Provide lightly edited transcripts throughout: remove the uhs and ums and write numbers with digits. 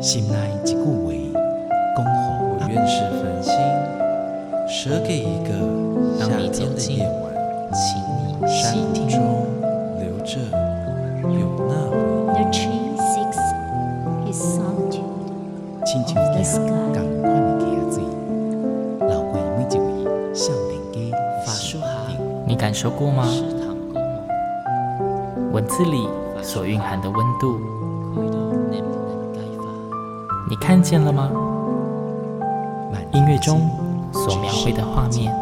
心内一句话，讲好我愿是繁星，舍给一个夏天的夜晚， 请你山细听。 中留着有那回 The tree seeks his solitude 亲像 of the 行 sky. 同款的溪水，流过每一位少年家法书哈， 你感受过吗？ 食堂购物， 文字里所蕴含的温度， 開到你唔能計法。 你看見了嗎？ 满音樂中所描繪的畫面，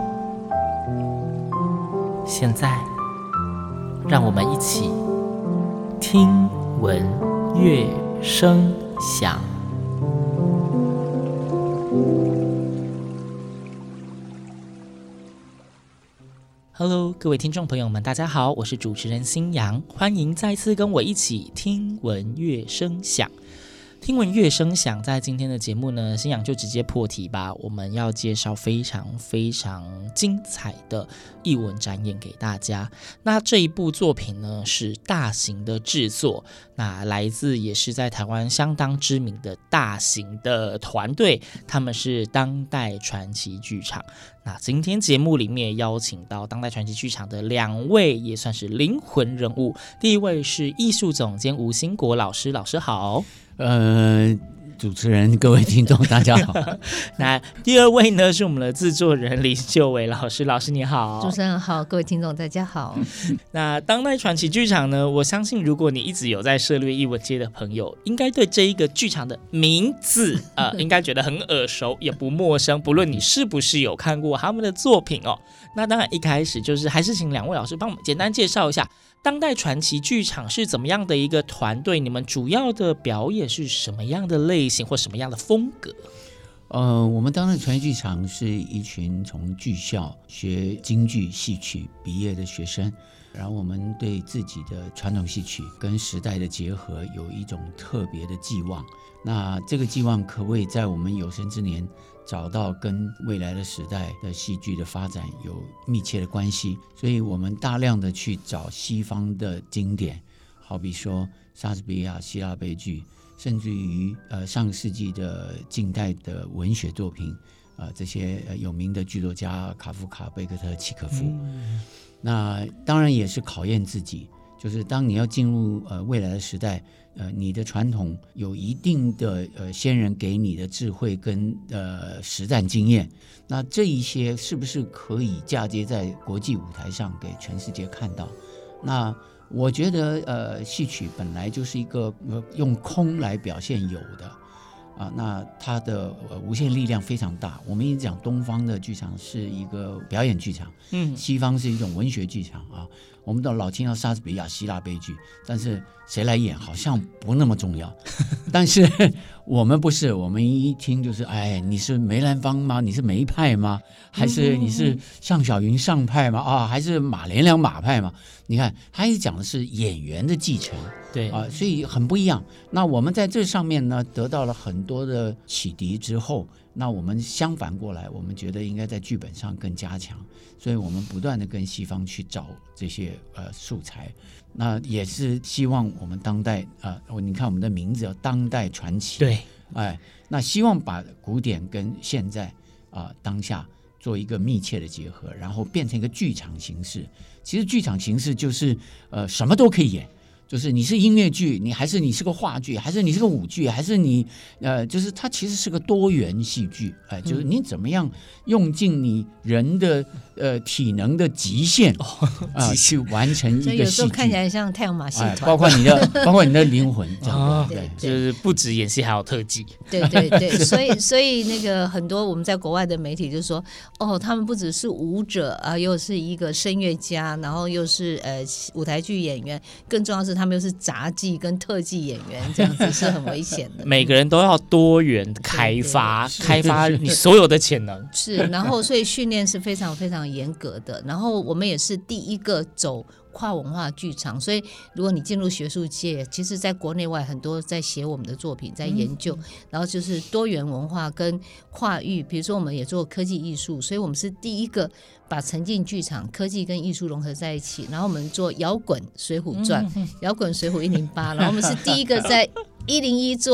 現在，讓我們一起聽聞樂聲響。Hello， 各位听众朋友们，大家好，我是主持人新阳，欢迎再次跟我一起听闻乐声响。听闻乐声响，在今天的节目呢，新阳就直接破题吧。我们要介绍非常非常精彩的艺文展演给大家。那这一部作品呢，是大型的制作，那来自也是在台湾相当知名的大型的团队，他们是当代传奇剧场。那今天节目里面邀请到当代传奇剧场的两位，也算是灵魂人物。第一位是艺术总监吴兴国老师，老师好。 主持人、各位听众，大家好。 那第二位呢，是我们的制作人林秀伟老师，老师你好。 主持人好，各位听众大家好。 那当代传奇剧场呢，我相信如果你一直有在涉猎艺文界的朋友，应该对这一个剧场的名字应该觉得很耳熟，也不陌生，不论你是不是有看过他们的作品哦。那当然一开始就是还是请两位老师帮我们简单介绍一下当代传奇剧场是怎么样的一个团队，你们主要的表演是什么样的类型或什么样的风格？ 我们当代传奇剧场是一群从剧校学京剧戏曲毕业的学生，然后我们对自己的传统戏曲跟时代的结合有一种特别的寄望。那这个寄望可谓在我们有生之年找到跟未来的时代的戏剧的发展有密切的关系，所以我们大量的去找西方的经典，好比说莎士比亚希腊悲剧，甚至于上个世纪的近代的文学作品，这些有名的剧作家卡夫卡、贝克特、契诃夫。那当然也是考验自己，就是当你要进入未来的时代，你的传统有一定的先人给你的智慧跟实战经验，那这一些是不是可以嫁接在国际舞台上给全世界看到？那我觉得戏曲本来就是一个用空来表现有的那它的无限力量非常大。我们一直讲东方的剧场是一个表演剧场，西方是一种文学剧场我们都老听到莎士比亚希腊悲剧，但是谁来演好像不那么重要。但是我们不是，我们一听就是你是梅兰芳吗？你是梅派吗？还是你是项小云上派吗？还是马连良马派吗？你看他一直讲的是演员的继承， 对所以很不一样。那我们在这上面呢得到了很多的启迪之后，那我们相反过来，我们觉得应该在剧本上更加强，所以我们不断的跟西方去找这些素材。那也是希望我们当代你看我们的名字叫当代传奇， 对， 那希望把古典跟现在当下做一个密切的结合，然后变成一个剧场形式。其实剧场形式就是什么都可以演，就是你是音乐剧，还是你是个话剧，还是你是个舞剧，还是你就是它其实是个多元戏剧，就是你怎么样用尽你人的体能的极限去完成一个戏剧， 所以有时候看起来像太阳马戏团， 包括你的灵魂这样对， 就是不止演戏还有特技。 对对对，所以那个很多我们在国外的媒体就说，他们不只是舞者又是一个声乐家，然后又是舞台剧演员，更重要是他们又是杂技跟特技演员，这样子是很危险的。 每个人都要多元开发，开发你所有的潜能。 是，然后所以训练是非常非常严格的。然后我们也是第一个走跨文化剧场，所以如果你进入学术界，其实在国内外很多在写我们的作品，在研究，然后就是多元文化跟跨域，比如说我们也做科技艺术，所以我们是第一个把沉浸剧场科技跟艺术融合在一起，然后我们做摇滚水浒传、摇滚水浒108，然后我们是第一个在101做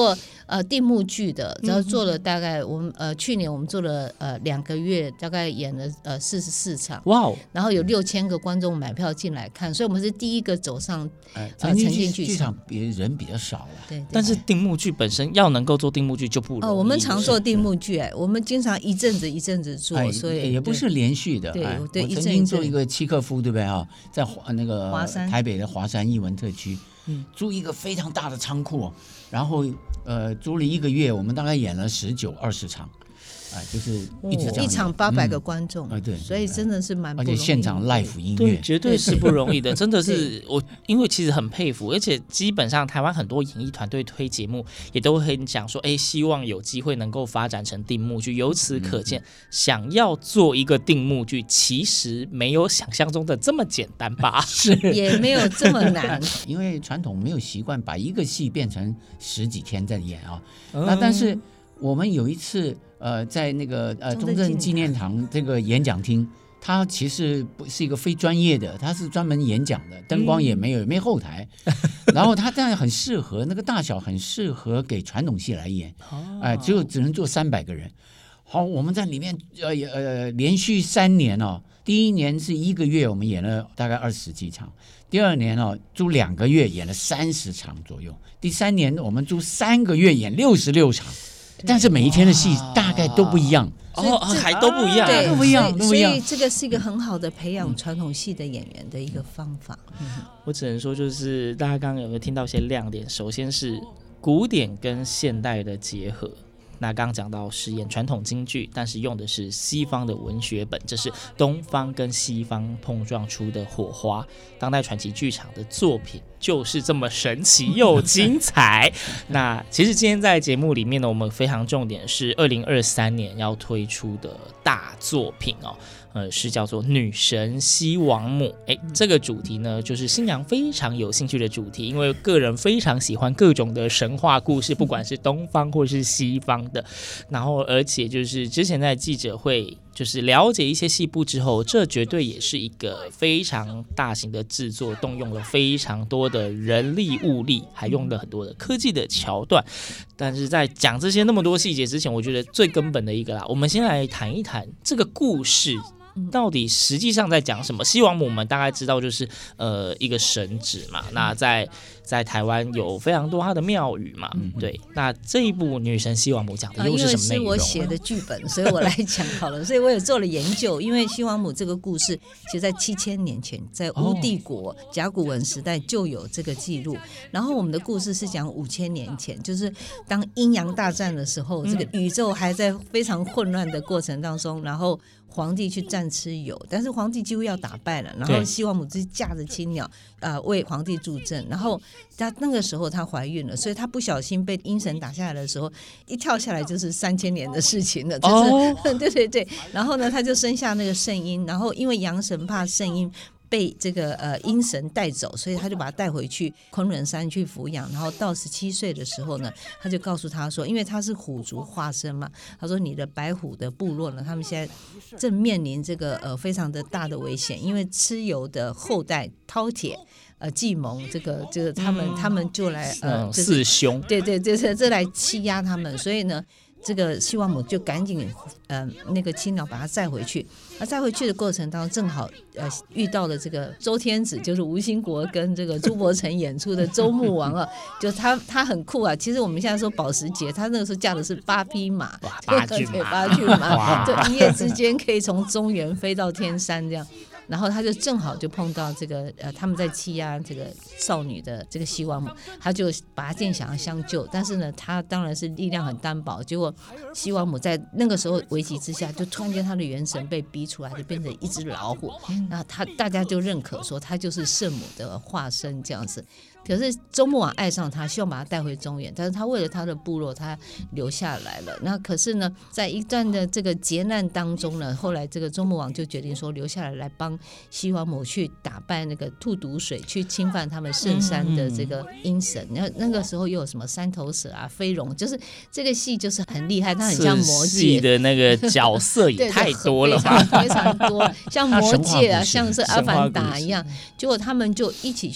定目剧的，然后做了大概我们去年我们做了2个月，大概演了44场， 哇哦， 然后有6000个观众买票进来看，所以我们是第一个走上沉浸浸剧场人比较少了， 对， 但是定目剧本身要能够做定目剧就不容易。 我们常做定目剧，我们经常一阵子做，所以也不是连续的。 对， 我曾经做一个契诃夫，对不对哈？在那个台北的华山艺文特区，租一个非常大的仓库，然后租了1个月，我们大概演了19、20场。就是一直这样一场800个观众， 对， 所以真的是蛮不容易的， 而且现场 live 音乐， 对，绝对是不容易的，真的是我，因为其实很佩服，而且基本上台湾很多演艺团队推节目也都会讲说，希望有机会能够发展成定目剧，由此可见，想要做一个定目剧，其实没有想象中的这么简单吧？ 是， 也没有这么难， 因为传统没有习惯把一个戏变成10几天在演啊，那但是我们有一次。在那个中正纪念堂这个演讲厅，它其实不是一个非专业的，它是专门演讲的，灯光也没有后台，然后它这样很适合那个大小，很适合给传统戏来演，只能坐300个人。好，我们在里面连续3年哦，第1年是1个月，我们演了大概20几场。第2年租2个月演了30场左右，第3年我们租3个月演66场。但是每一天的戏大概都不一样， 还都不一样， 对， 都不一样， 所以这个是一个很好的培养传统戏的演员的一个方法。 我只能说，就是大家刚刚有没有听到一些亮点？首先是古典跟现代的结合。那刚刚讲到是演传统京剧，但是用的是西方的文学本，这是东方跟西方碰撞出的火花。当代传奇剧场的作品就是这么神奇又精彩。那其实今天在节目里面呢，我们非常重点是2023年要推出的大作品是叫做女神西王母。这个主题呢，就是新娘非常有兴趣的主题，因为个人非常喜欢各种的神话故事，不管是东方或是西方的。然后而且就是之前在记者会就是了解一些细部之后，这绝对也是一个非常大型的制作，动用了非常多的人力物力，还用了很多的科技的桥段。但是在讲这些那么多细节之前，我觉得最根本的一个啦，我们先来谈一谈这个故事到底实际上在讲什么。西王母我们大概知道就是一个神祇嘛，那在台湾有非常多她的庙宇嘛，对。那这一部女神西王母讲的又是什么内容？ 因为是我写的剧本，所以我来讲好了。所以我也做了研究，因为西王母这个故事，其实在7000年前，在乌帝国甲骨文时代就有这个记录。然后我们的故事是讲5000年前，就是当阴阳大战的时候，这个宇宙还在非常混乱的过程当中，然后皇帝去战蚩尤，但是皇帝几乎要打败了，然后西王母就驾着青鸟为皇帝助阵，然后她那个时候她怀孕了，所以她不小心被阴神打下来的时候，一跳下来就是3000年的事情了，对对，然后呢她就生下那个圣婴，然后因为阳神怕圣婴被这个阴神带走，所以他就把他带回去昆仑山去抚养。然后到17岁的时候呢，他就告诉他说，因为他是虎族化身嘛，他说你的白虎的部落呢，他们现在正面临这个非常的大的危险，因为蚩尤的后代饕餮计谋这个他们就来四兄， 对，这来欺压他们，所以呢。这个西王母就赶紧那个青鸟把他载回去，载回去的过程当中，正好遇到了这个周天子，就是吴兴国跟这个朱柏成演出的周穆王啊，就他很酷啊。其实我们现在说保时捷，他那个时候驾的是8匹马，8骏马，对，一夜之间可以从中原飞到天山这样。然后他就正好就碰到这个他们在欺压这个少女的这个西王母，他就拔剑想要相救，但是呢他当然是力量很单薄，结果西王母在那个时候危急之下，就突然间他的元神被逼出来，就变成一只老虎，那大家就认可说他就是圣母的化身这样子。可是周穆王爱上他，希望把他带回中原，但是他为了他的部落，他留下来了。那可是呢，在一段的这个劫难当中呢，后来这个周穆王就决定说留下来帮西王母去打败那个吐毒水，去侵犯他们圣山的这个阴神。那个时候又有什么三头蛇啊、飞龙，就是这个戏就是很厉害，它很像魔戒的那个角色也太多了吧， 非常多，像魔戒啊，像是阿凡达一样。结果他们就一起去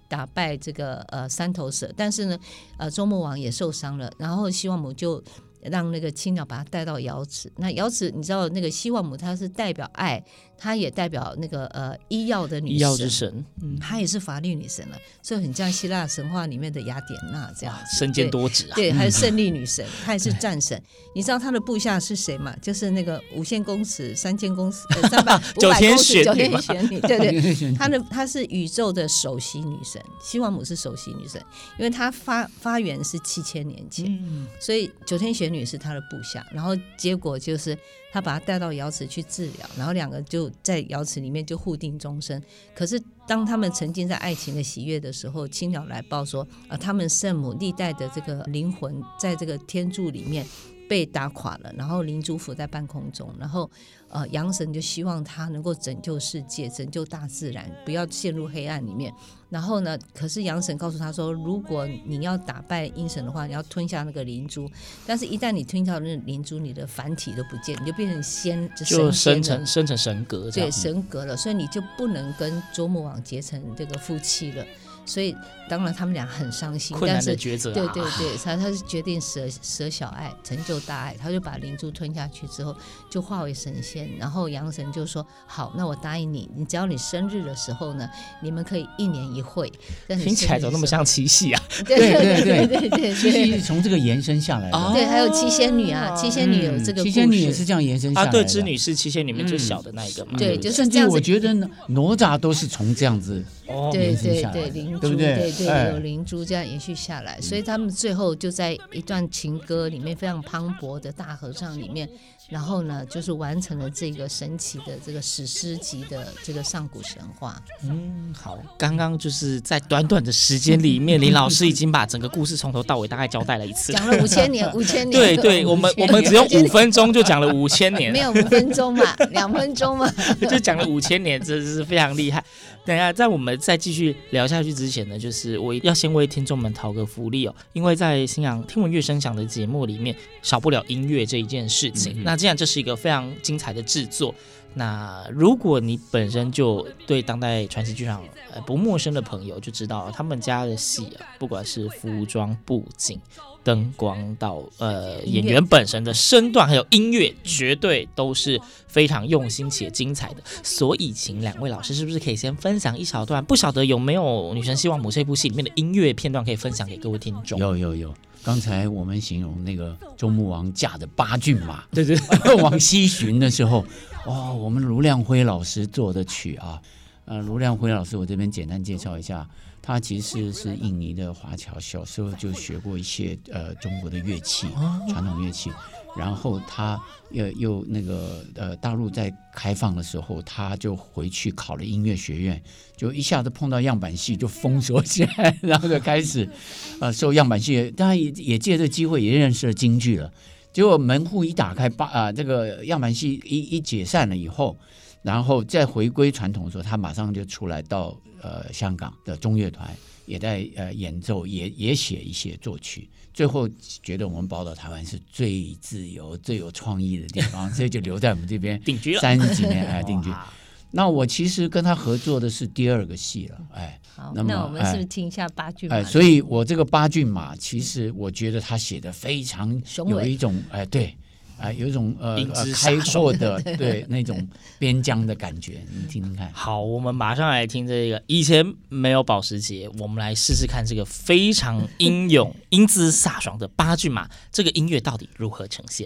打败这个三头蛇，但是呢周穆王也受伤了，然后西王母就让那个青鸟把它带到瑶池。那瑶池你知道那个西王母她是代表爱，她也代表那个医药的女神， 医药之神， 她也是法律女神了，所以很像希腊神话里面的雅典娜这样子， 身兼多职啊。 对，还有胜利女神，她也是战神。你知道她的部下是谁吗？就是那个5千公尺、3千公尺、300、 9天玄女 9天玄女，对对，她是宇宙的首席女神，西王母是首席女神，因为她发源是7000年前，所以9天玄女是她的部下，然后结果就是她把她带到瑶池去治疗，然后两个就在瑶池里面就互定终身。可是当他们沉浸在爱情的喜悦的时候，青鸟来报说他们圣母历代的这个灵魂在这个天柱里面被打垮了，然后灵珠浮在半空中，然后阳神就希望他能够拯救世界，拯救大自然，不要陷入黑暗里面。然后呢，可是阳神告诉他说，如果你要打败阴神的话，你要吞下那个灵珠，但是一旦你吞下那个灵珠，你的凡体都不见，你就变成仙， 就生成神格这样， 对，神格了，所以你就不能跟周穆王结成这个夫妻了。所以当然他们俩很伤心， 困难的抉择， 对对对，他是决定舍小爱成就大爱，他就把灵珠吞下去之后就化为神仙。然后阳神就说好，那我答应你，只要你生日的时候呢，你们可以1年1会。 听起来怎么那么像七夕啊？ 对对对对对， 七夕是从这个延伸下来的。 对，还有七仙女啊，七仙女有这个故事， 七仙女也是这样延伸下来的。 对，织女是七仙里面最小的那一个嘛。 对，就是甚至我觉得哪吒都是从这样子对延伸下来的， 对灵珠， 对不对？ 对，有灵珠这样延续下来，所以他们最后就在一段情歌里面非常磅礴的大合唱里面，然后呢就是完成了这个神奇的这个史诗级的这个上古神话。 好，刚刚就是在短短的时间里面，林老师已经把整个故事从头到尾大概交代了一次， 讲了5000年，5000年。 对对，我们只用5分钟就讲了5000年， 没有5分钟嘛，2分钟嘛， 就讲了5000年，真是非常厉害。等一下，在我们再继续聊下去之前呢，就是我要先为听众们讨个福利哦，因为在新阳听闻乐声响的节目里面，少不了音乐这一件事情。那既然这是一个非常精彩的制作，那如果你本身就对当代传奇剧场不陌生的朋友，就知道他们家的戏不管是服装、布景、灯光到演员本身的身段还有音乐，绝对都是非常用心且精彩的。所以请2位老师是不是可以先分享一小段？不晓得有没有《女神希望母》这部戏里面的音乐片段可以分享给各位听众？ 有。刚才我们形容那个周穆王驾的8骏马， 对对， 往西巡的时候，我们卢亮辉老师做的曲啊，卢亮辉老师，我这边简单介绍一下，他其实是印尼的华侨，小时候就学过一些中国的乐器，传统乐器。然后他又那个大陆在开放的时候，他就回去考了音乐学院，就一下子碰到样板戏就封锁起来，然后就开始受样板戏，当然也借这机会也认识了京剧了。结果门户一打开，这个样板戏一解散了以后，然后再回归传统的时候，他马上就出来到香港的中乐团，也在演奏，也写一些作曲。最后觉得我们宝岛台湾是最自由、最有创意的地方，所以就留在我们这边定居了 30几年，定居。那我其实跟他合作的是第2个戏了， 好， 那么我们是不是听一下8骏马？ 所以我这个8骏马，其实我觉得他写的非常有一种对。有一种开阔的对那种边疆的感觉，你听听看。 好，我们马上来听这个。以前没有保时捷，我们来试试看这个非常英勇、英姿飒爽的8骏马，这个音乐到底如何呈现？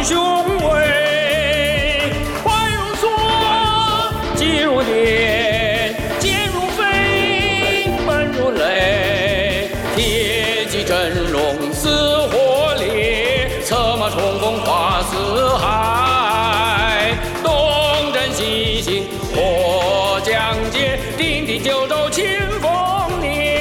雄伟，花如梭，肌如电，剑如飞，奔如雷，铁骑真龙似火烈，策马冲锋花四海，东征西行破疆界，鼎鼎九州庆丰年。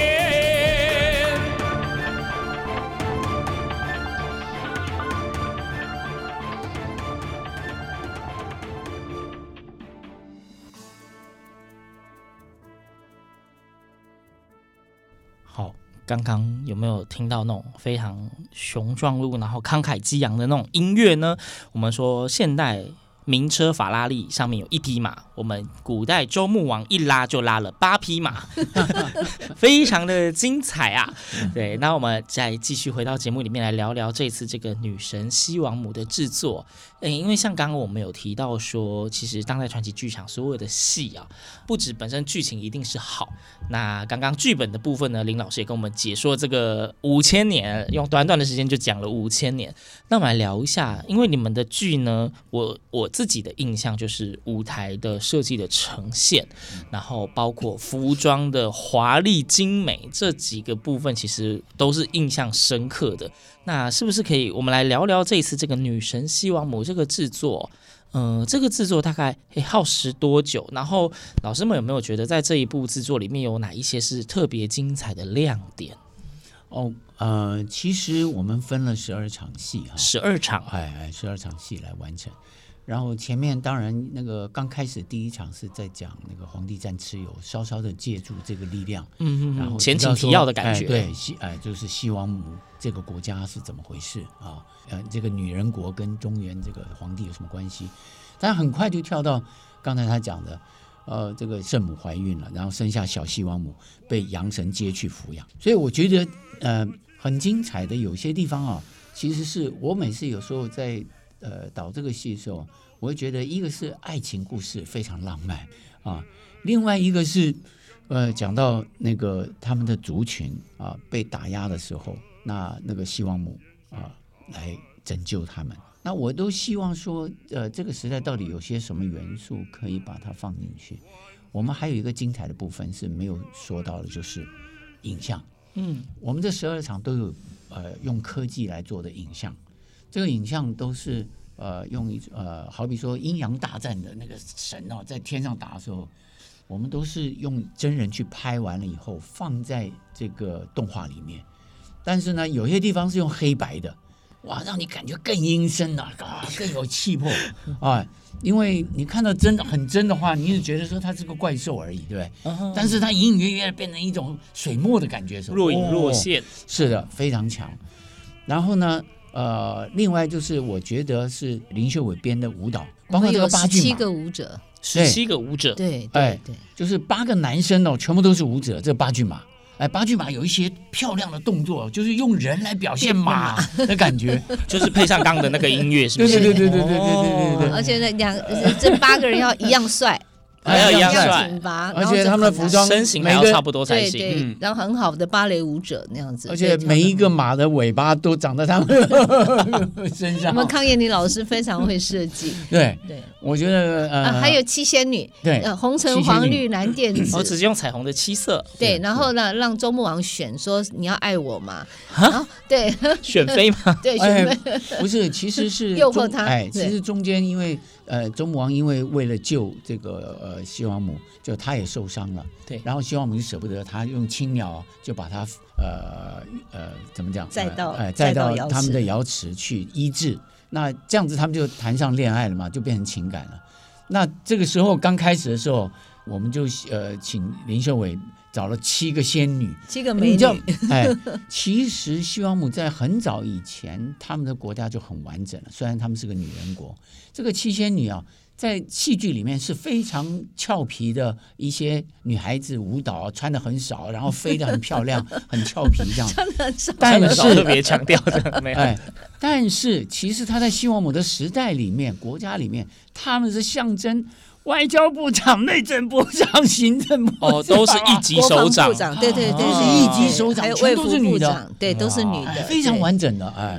好，刚刚有没有听到那种非常雄壮路，然后慷慨激昂的那种音乐呢？我们说现代名车法拉利上面有1匹马，我们古代周穆王一拉就拉了8匹马，非常的精彩啊！对，那我们再继续回到节目里面来聊聊这次这个女神西王母的制作。因为像刚刚我们有提到说，其实当代传奇剧场所有的戏啊，不止本身剧情一定是好，那刚刚剧本的部分呢，林老师也跟我们解说这个5000年，用短短的时间就讲了5000年。那我们来聊一下，因为你们的剧呢，我自己的印象就是舞台的设计的呈现，然后包括服装的华丽精美这几个部分，其实都是印象深刻的。那是不是可以我们来聊聊这一次这个女神西王母这个制作？这个制作大概耗时多久？然后老师们有没有觉得在这一部制作里面有哪一些是特别精彩的亮点？ 其实我们分了12场戏哈 ，12场 ，12场戏来完成。然后前面当然那个刚开始第1场是在讲那个皇帝战蚩尤，稍稍的借助这个力量，然后前情提要的感觉， 对，就是西王母这个国家是怎么回事啊？这个女人国跟中原这个皇帝有什么关系？但很快就跳到刚才他讲的，这个圣母怀孕了，然后生下小西王母，被阳神接去抚养。所以我觉得很精彩的有些地方啊，其实是我每次有时候在导这个戏的时候，我会觉得一个是爱情故事非常浪漫啊，另外一个是讲到那个他们的族群啊被打压的时候，那个西王母啊来拯救他们。那我都希望说，这个时代到底有些什么元素可以把它放进去？我们还有一个精彩的部分是没有说到的，就是影像。我们这12场都有用科技来做的影像。这个影像都是用好比说阴阳大战的那个神在天上打的时候，我们都是用真人去拍完了以后放在这个动画里面。但是呢，有些地方是用黑白的，哇，让你感觉更阴森啊，更有气魄啊。因为你看到真的很真的话，你是觉得说它是个怪兽而已，对不对？但是它隐隐约约变成一种水墨的感觉的时候， 若隐若现， 是的，非常强。然后呢？另外就是我觉得是林秀伟编的舞蹈，包括这个8骏马，17 个舞者 ，17个舞者， 对， 就是8个男生全部都是舞者。这8骏马，8骏马有一些漂亮的动作，就是用人来表现马的感觉， 就是配上刚的那个音乐，是不是？ 对， 而且这8个人要一样帅。 还要一样帅， 而且他们的服装身形还要差不多才行。 对，然后很好的芭蕾舞者那样子， 而且每一个马的尾巴都长在他们身上。 我们康妍妮老师非常会设计。 对，我觉得还有7仙女， 对， 红橙黄绿蓝靛紫， 直接用彩虹的7色。 对，然后呢，让周穆王选说你要爱我嘛，然后对， 选妃吗？ 对，选妃不是，其实是诱惑他。 其实中间因为周穆王因为了救这个西王母，就他也受伤了， 对， 然后西王母就舍不得他，用青鸟就把他怎么讲，载到他们的瑶池去医治。那这样子他们就谈上恋爱了嘛，就变成情感了。那这个时候刚开始的时候，我们就请林秀伟找了7个仙女 ，7个美女。 其实西王母在很早以前，他们的国家就很完整了。虽然他们是个女人国，这个7仙女啊，在戏剧里面是非常俏皮的一些女孩子，舞蹈穿得很少，然后飞得很漂亮，很俏皮这样。但是特别强调的没有。 但是其实她在西王母的时代里面，国家里面，他们是象征。外交部长、内政部长、行政部长， 都是一级首长， 对， 都是一级首长， 还有全都是女的， 对，都是女的， 非常完整的。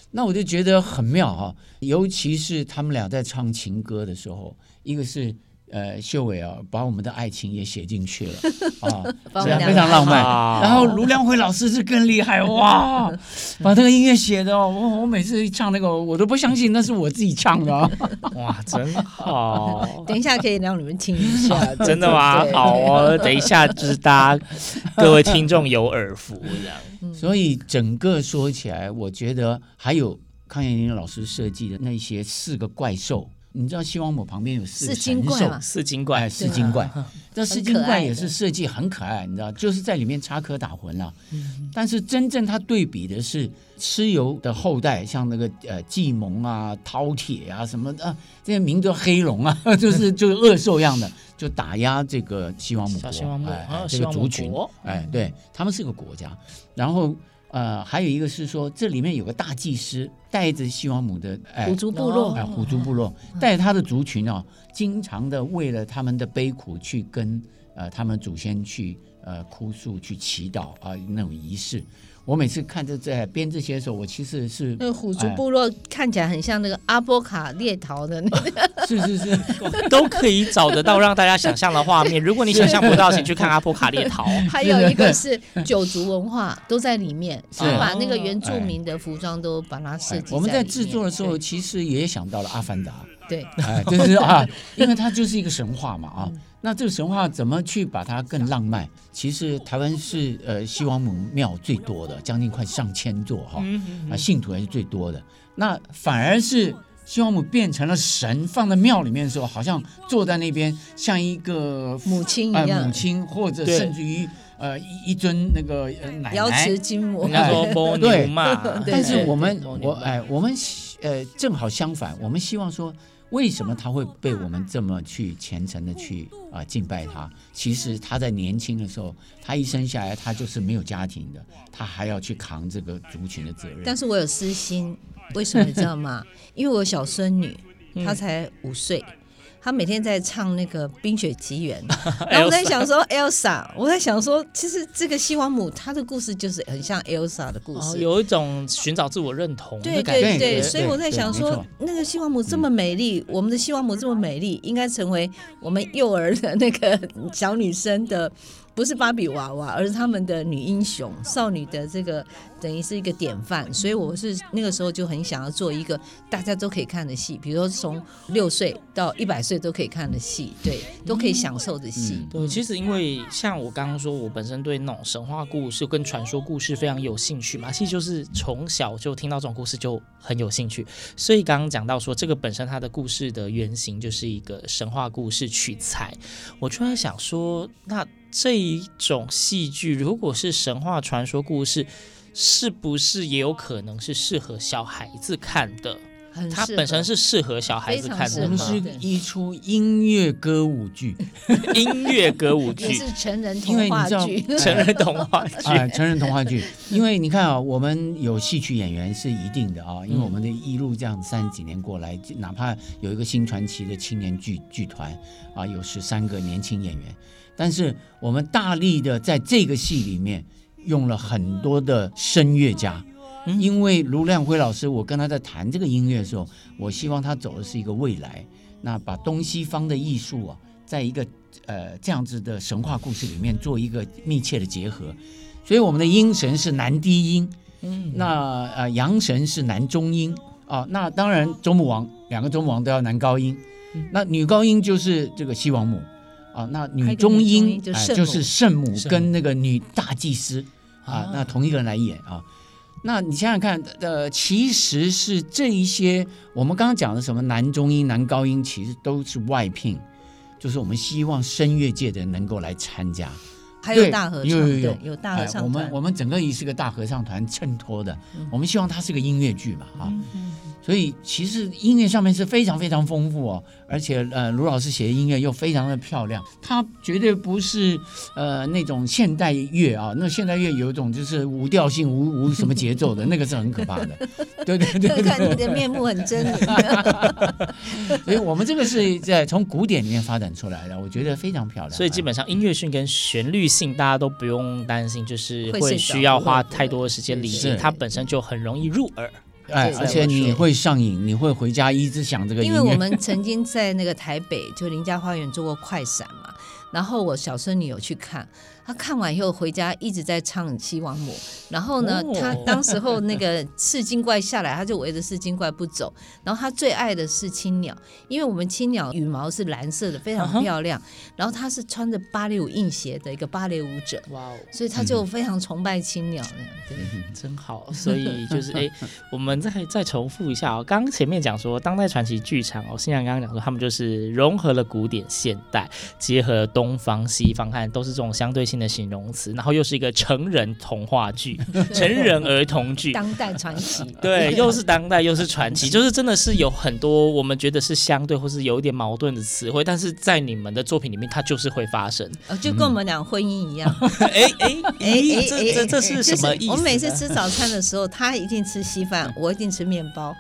那我就觉得很妙哈，尤其是他们俩在唱情歌的时候，一个是秀伟啊，把我们的爱情也写进去了啊，这样非常浪漫。然后卢亮辉老师是更厉害哇，把这个音乐写的我每次唱那个我都不相信那是我自己唱的哇，真好。 等一下可以让你们听一下。 真的吗？好哦，等一下就是大家各位听众有耳福这样。 所以整个说起来，我觉得还有康延麟老师设计的那些4个怪兽。你知道西王母旁边有4个神兽， 四精怪， 四精怪，这4精怪也是设计很可爱，你知道，就是在里面插科打诨了。但是真正它对比的是蚩尤的后代，像那个季蒙啊、饕餮啊什么的，这些名叫黑龙啊，就是恶兽一样的，就打压这个西王母国， 西王母这个族群，对，他们是个国家，然后。还有一个是说，这里面有个大祭司带着西王母的虎族部落， 虎族部落带着他的族群经常的为了他们的悲苦去跟他们祖先去哭诉、去祈祷那种仪式。我每次看着在编这些的时候，我其实是那个虎族部落看起来很像那个阿波卡列逃的那个， 是都可以找得到让大家想象的画面。如果你想象不到，请去看阿波卡列逃。 还有一个是九族文化都在里面，就把那个原住民的服装都把它设计。 我们在制作的时候，其实也想到了《阿凡达》。 对， 就是因为它就是一个神话嘛那这个神话怎么去把它更浪漫？其实台湾是西王母庙最多的，将近快上千座信徒还是最多的。那反而是西王母变成了神，放在庙里面的时候，好像坐在那边像一个母亲一样， 母亲或者甚至于一尊那个奶奶瑶池金母， 应该说波牛嘛。 但是我们正好相反，我们希望说。为什么他会被我们这么去虔诚的去敬拜他？其实他在年轻的时候，他一生下来他就是没有家庭的，他还要去扛这个族群的责任。 但是我有私心，为什么你知道吗？因为我小孙女她才5岁。他每天在唱那个《冰雪奇缘》，然后我在想说 Elsa， 我在想说，其实这个西王母她的故事就是很像 Elsa 的故事， 有一种寻找自我认同的感觉。 对，所以我在想说，那个西王母这么美丽，我们的西王母这么美丽，应该成为我们幼儿的那个小女生的。不是芭比娃娃，而是他们的女英雄、少女的这个等于是一个典范，所以我是那个时候就很想要做一个大家都可以看的戏，比如说从6岁到100岁都可以看的戏，对，都可以享受的戏。 对，其实因为像我刚刚说，我本身对那种神话故事跟传说故事非常有兴趣嘛，其实就是从小就听到这种故事就很有兴趣，所以刚刚讲到说这个本身它的故事的原型就是一个神话故事取材，我就在想说，那这一种戏剧如果是神话传说故事，是不是也有可能是适合小孩子看的？它本身是适合小孩子看的吗？ 我们是一出音乐歌舞剧， 音乐歌舞剧是成人童话剧， 成人童话剧成人童话剧。因为你看我们有戏曲演员是一定的因为我们的一路这样30几年过来，哪怕有一个新传奇的青年剧团有13个年轻演员。但是我们大力的在这个戏里面用了很多的声乐家，因为卢亮辉老师，我跟他在谈这个音乐的时候，我希望他走的是一个未来，那把东西方的艺术在一个这样子的神话故事里面做一个密切的结合。所以我们的音神是男低音，那阳神是男中音那当然周穆王2个周穆王都要男高音，那女高音就是这个西王母。那女中音就是圣母跟那个女大祭司那同一个人来演那你想想看其实是这一些我们刚刚讲的什么男中音男高音其实都是外聘，就是我们希望声乐界的人能够来参加， 还有大合唱，有大合唱团我们整个也是个大合唱团衬托的，我们希望它是个音乐剧嘛所以其实音乐上面是非常非常丰富而且卢老师写的音乐又非常的漂亮，它绝对不是那种现代乐那现代乐有一种就是无调性无什么节奏的那个是很可怕的对看你的面目很狰狞所以我们这个是在从古典里面发展出来的，我觉得非常漂亮。 所以基本上音乐性跟旋律性大家都不用担心，就是会需要花太多的时间理解，它本身就很容易入耳。 而且你会上瘾，你会回家一直想这个音乐。 因为我们曾经在那个台北就林家花园做过快闪嘛，然后我小孙女有去看，她看完以后回家一直在唱西王母，然后呢，她当时候那个赤金怪下来，她就围着赤金怪不走，然后她最爱的是青鸟，因为我们青鸟羽毛是蓝色的，非常漂亮，然后她是穿着芭蕾舞硬鞋的一个芭蕾舞者，哇哦，所以她就非常崇拜青鸟那样，对， 真好。所以就是我们再重复一下哦，刚刚前面讲说当代传奇剧场新阳刚刚讲说他们就是融合了古典现代，结合了东方西方，看都是这种相对性的形容词，然后又是一个成人童话剧成人儿童剧当代传奇对，又是当代又是传奇，就是真的是有很多我们觉得是相对或是有一点矛盾的词汇，但是在你们的作品里面它就是会发生， 就跟我们俩婚姻一样这是什么意思呢？ 我们每次吃早餐的时候他一定吃稀饭，我一定吃面包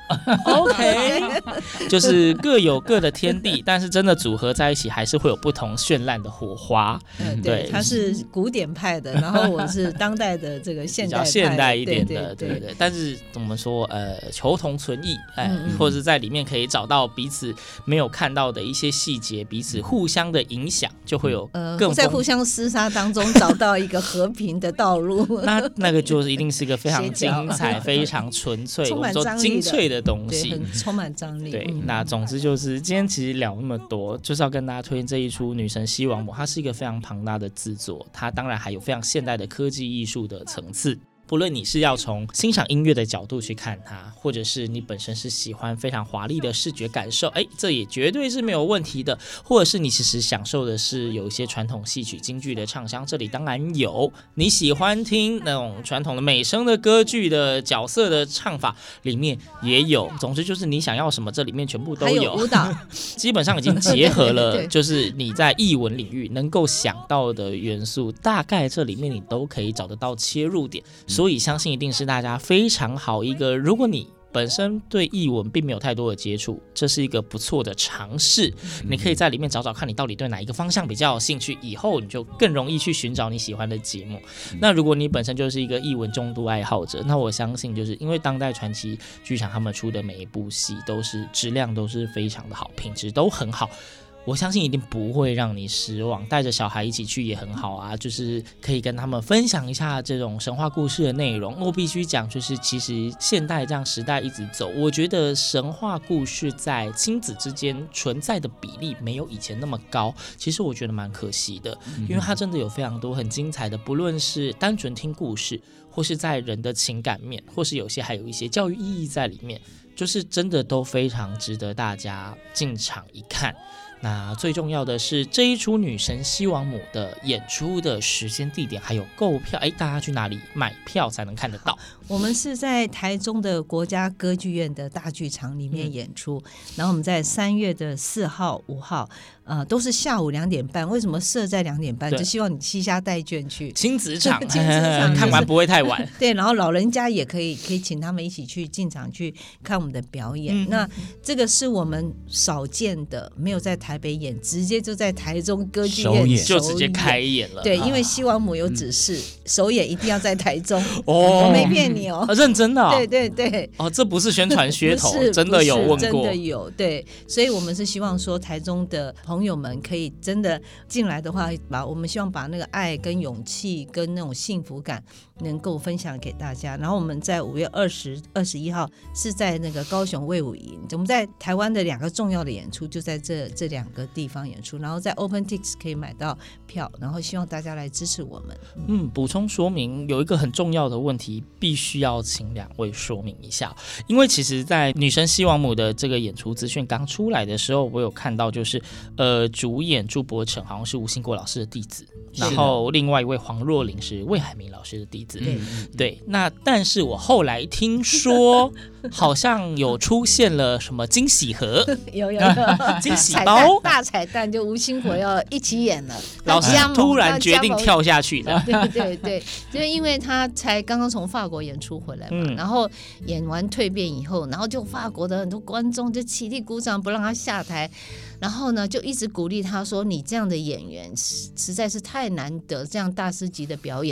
OK 就是各有各的天地，但是真的组合在一起还是会有不同绚烂的火花。 对，他是古典派的，然后我是当代的这个现代派， 比较现代一点的，对。但是我们说求同存异，或者在里面可以找到彼此没有看到的一些细节，彼此互相的影响，就会有更在互相厮杀当中找到一个和平的道路。 那个就是一定是一个非常精彩、非常纯粹、我们说精粹的东西， 很充满张力。 对，那总之就是今天其实聊那么多，就是要跟大家推荐这一出《女神西王母》，它是一个非常庞大的制作，它当然还有非常现代的科技艺术的层次。不论你是要从欣赏音乐的角度去看它，或者是你本身是喜欢非常华丽的视觉感受，这也绝对是没有问题的。或者是你其实享受的是有一些传统戏曲京剧的唱腔，这里当然有。你喜欢听那种传统的美声的歌剧的角色的唱法，里面也有。总之就是你想要什么，这里面全部都有。 还有舞蹈， 基本上已经结合了，就是你在艺文领域能够想到的元素，大概这里面你都可以找得到切入点。所以相信一定是大家非常好一个，如果你本身对艺文并没有太多的接触，这是一个不错的尝试。你可以在里面找找看你到底对哪一个方向比较有兴趣，以后你就更容易去寻找你喜欢的节目。那如果你本身就是一个艺文重度爱好者，那我相信就是因为当代传奇剧场他们出的每一部戏都是质量都是非常的好，品质都很好，我相信一定不会让你失望。带着小孩一起去也很好啊，就是可以跟他们分享一下这种神话故事的内容。我必须讲，就是其实现代这样时代一直走，我觉得神话故事在亲子之间存在的比例没有以前那么高，其实我觉得蛮可惜的，因为它真的有非常多很精彩的，不论是单纯听故事，或是在人的情感面，或是有些还有一些教育意义在里面，就是真的都非常值得大家进场一看。那最重要的是这一出女神西王母的演出的时间地点还有购票，大家去哪里买票才能看得到？ 我们是在台中的国家歌剧院的大剧场里面演出，然后我们在3月的4号、5号，都是下午2点半。为什么设在2点半？就希望你西虾带眷去亲子场，看完不会太晚。 对，然后老人家也可以请他们一起去进场去看我们的表演。那这个是我们少见的，没有在台北演，直接就在台中歌剧院就直接开演了。 对，因为西王母有指示，首演一定要在台中。我没骗你哦， 认真的。 对对对。 这不是宣传噱头，真的有问过， 真的有。对，所以我们是希望说台中的朋友们可以真的进来的话，我们希望把那个爱跟勇气跟那种幸福感能够分享给大家。然后我们在5月20、21号是在那个高雄卫武营，我们在台湾的2个重要的演出就在这2个地方演出，然后在 OpenTix 可以买到票，然后希望大家来支持我们。 补充说明，有一个很重要的问题必须要请2位说明一下，因为其实在女神西王母的这个演出资讯刚出来的时候，我有看到就是主演朱柏成好像是吴兴国老师的弟子，然后另外一位黄若琳是魏海明老师的弟子。对，那但是我后来听说好像有出现了什么惊喜盒，有惊喜包， 大彩蛋，就吴兴国要一起演了， 老师突然决定跳下去的。 对对对，就因为他才刚刚从法国演出回来嘛，然后演完蜕变以后，然后就法国的很多观众就起立鼓掌，不让他下台，然后呢就一直鼓励他说，你这样的演员实在是太难得，这样大师级的表演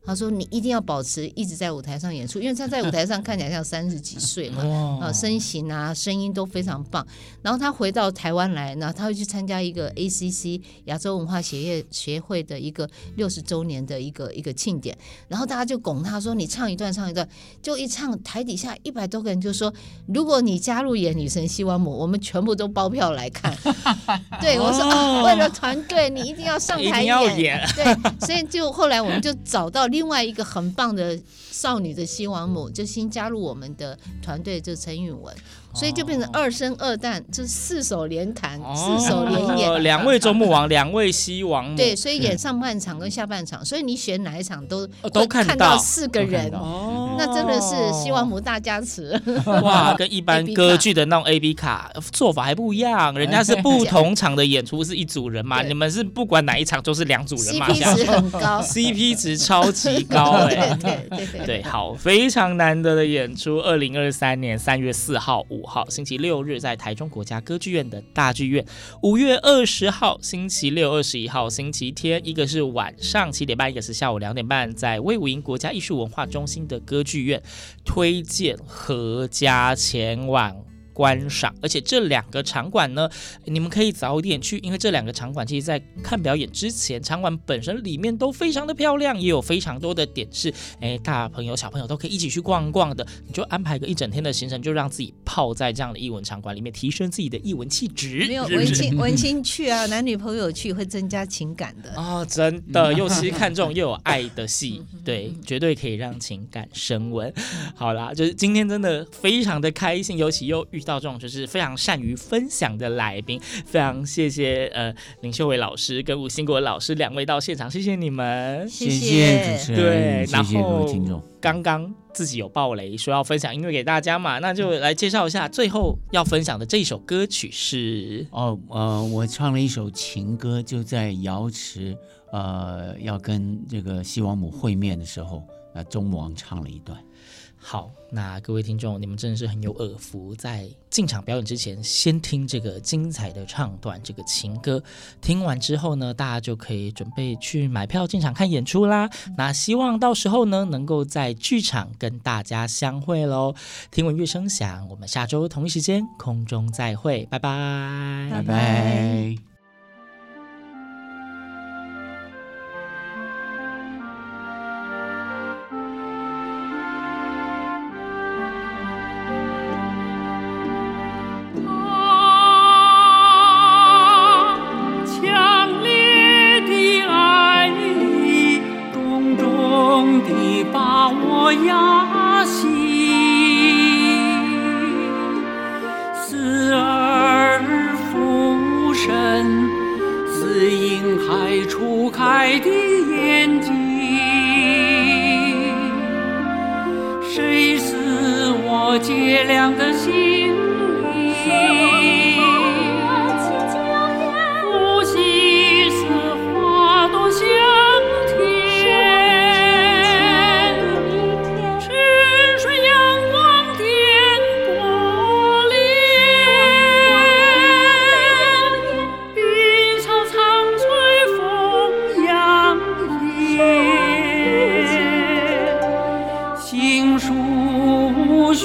他说你一定要保持一直在舞台上演出，因为他在舞台上看起来像30几岁嘛，身形啊声音都非常棒。然后他回到台湾来，然后他会去参加一个 ACC 亚洲文化协会的一个60周年的一个庆典，然后大家就拱他说你唱一段，就一唱台底下100多个人就说，如果你加入演女神西王母，我们全部都包票来看。对，我说为了团队你一定要上台演，对，所以就后来我们就找到另外一个很棒的少女的西王母，就新加入我们的团队，就陈允文，所以就变成2生2旦，就4手连弹，4手连演 ，2位周穆王，2位西王母， 对，所以演上半场跟下半场，所以你选哪一场都看到4个人，那真的是西王母大加持。 哇，跟一般歌剧的那种 AB 卡做法还不一样，人家是不同场的演出是一组人嘛，你们是不管哪一场都是2组人嘛 ，CP 值很高 ，CP 值超级高对， 好，非常难得的演出。2023年3月4号、5号星期六日在台中国家歌剧院的大剧院，5月20号星期六、21号星期天，一个是晚上7点半，一个是下午2点半，在卫武营国家艺术文化中心的歌剧院，推荐合家前往观赏。而且这2个场馆呢，你们可以早点去，因为这2个场馆其实在看表演之前，场馆本身里面都非常的漂亮，也有非常多的点是大朋友小朋友都可以一起去逛逛的。你就安排个1整天的行程，就让自己泡在这样的艺文场馆里面，提升自己的艺文气质。 没有文青去啊，男女朋友去会增加情感的哦，真的，尤其看这种又有爱的戏，对，绝对可以让情感升温。好啦，就是今天真的非常的开心，尤其又遇到这种就是非常善于分享的来宾，非常谢谢林秀伟老师跟吴兴国老师2位到现场，谢谢你们， 谢谢主持人， 对， 谢谢各位听众。 刚刚自己有爆雷说要分享音乐给大家嘛，那就来介绍一下最后要分享的这一首歌曲是我唱了一首情歌，就在瑶池要跟这个西王母会面的时候，周穆王唱了一段。 好，那各位听众，你们真的是很有耳福，在进场表演之前先听这个精彩的唱段，这个情歌，听完之后呢，大家就可以准备去买票进场看演出啦。那希望到时候呢，能够在剧场跟大家相会咯。听闻乐声响，我们下周同一时间空中再会，拜拜， 拜拜。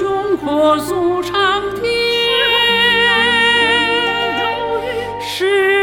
火速长天，是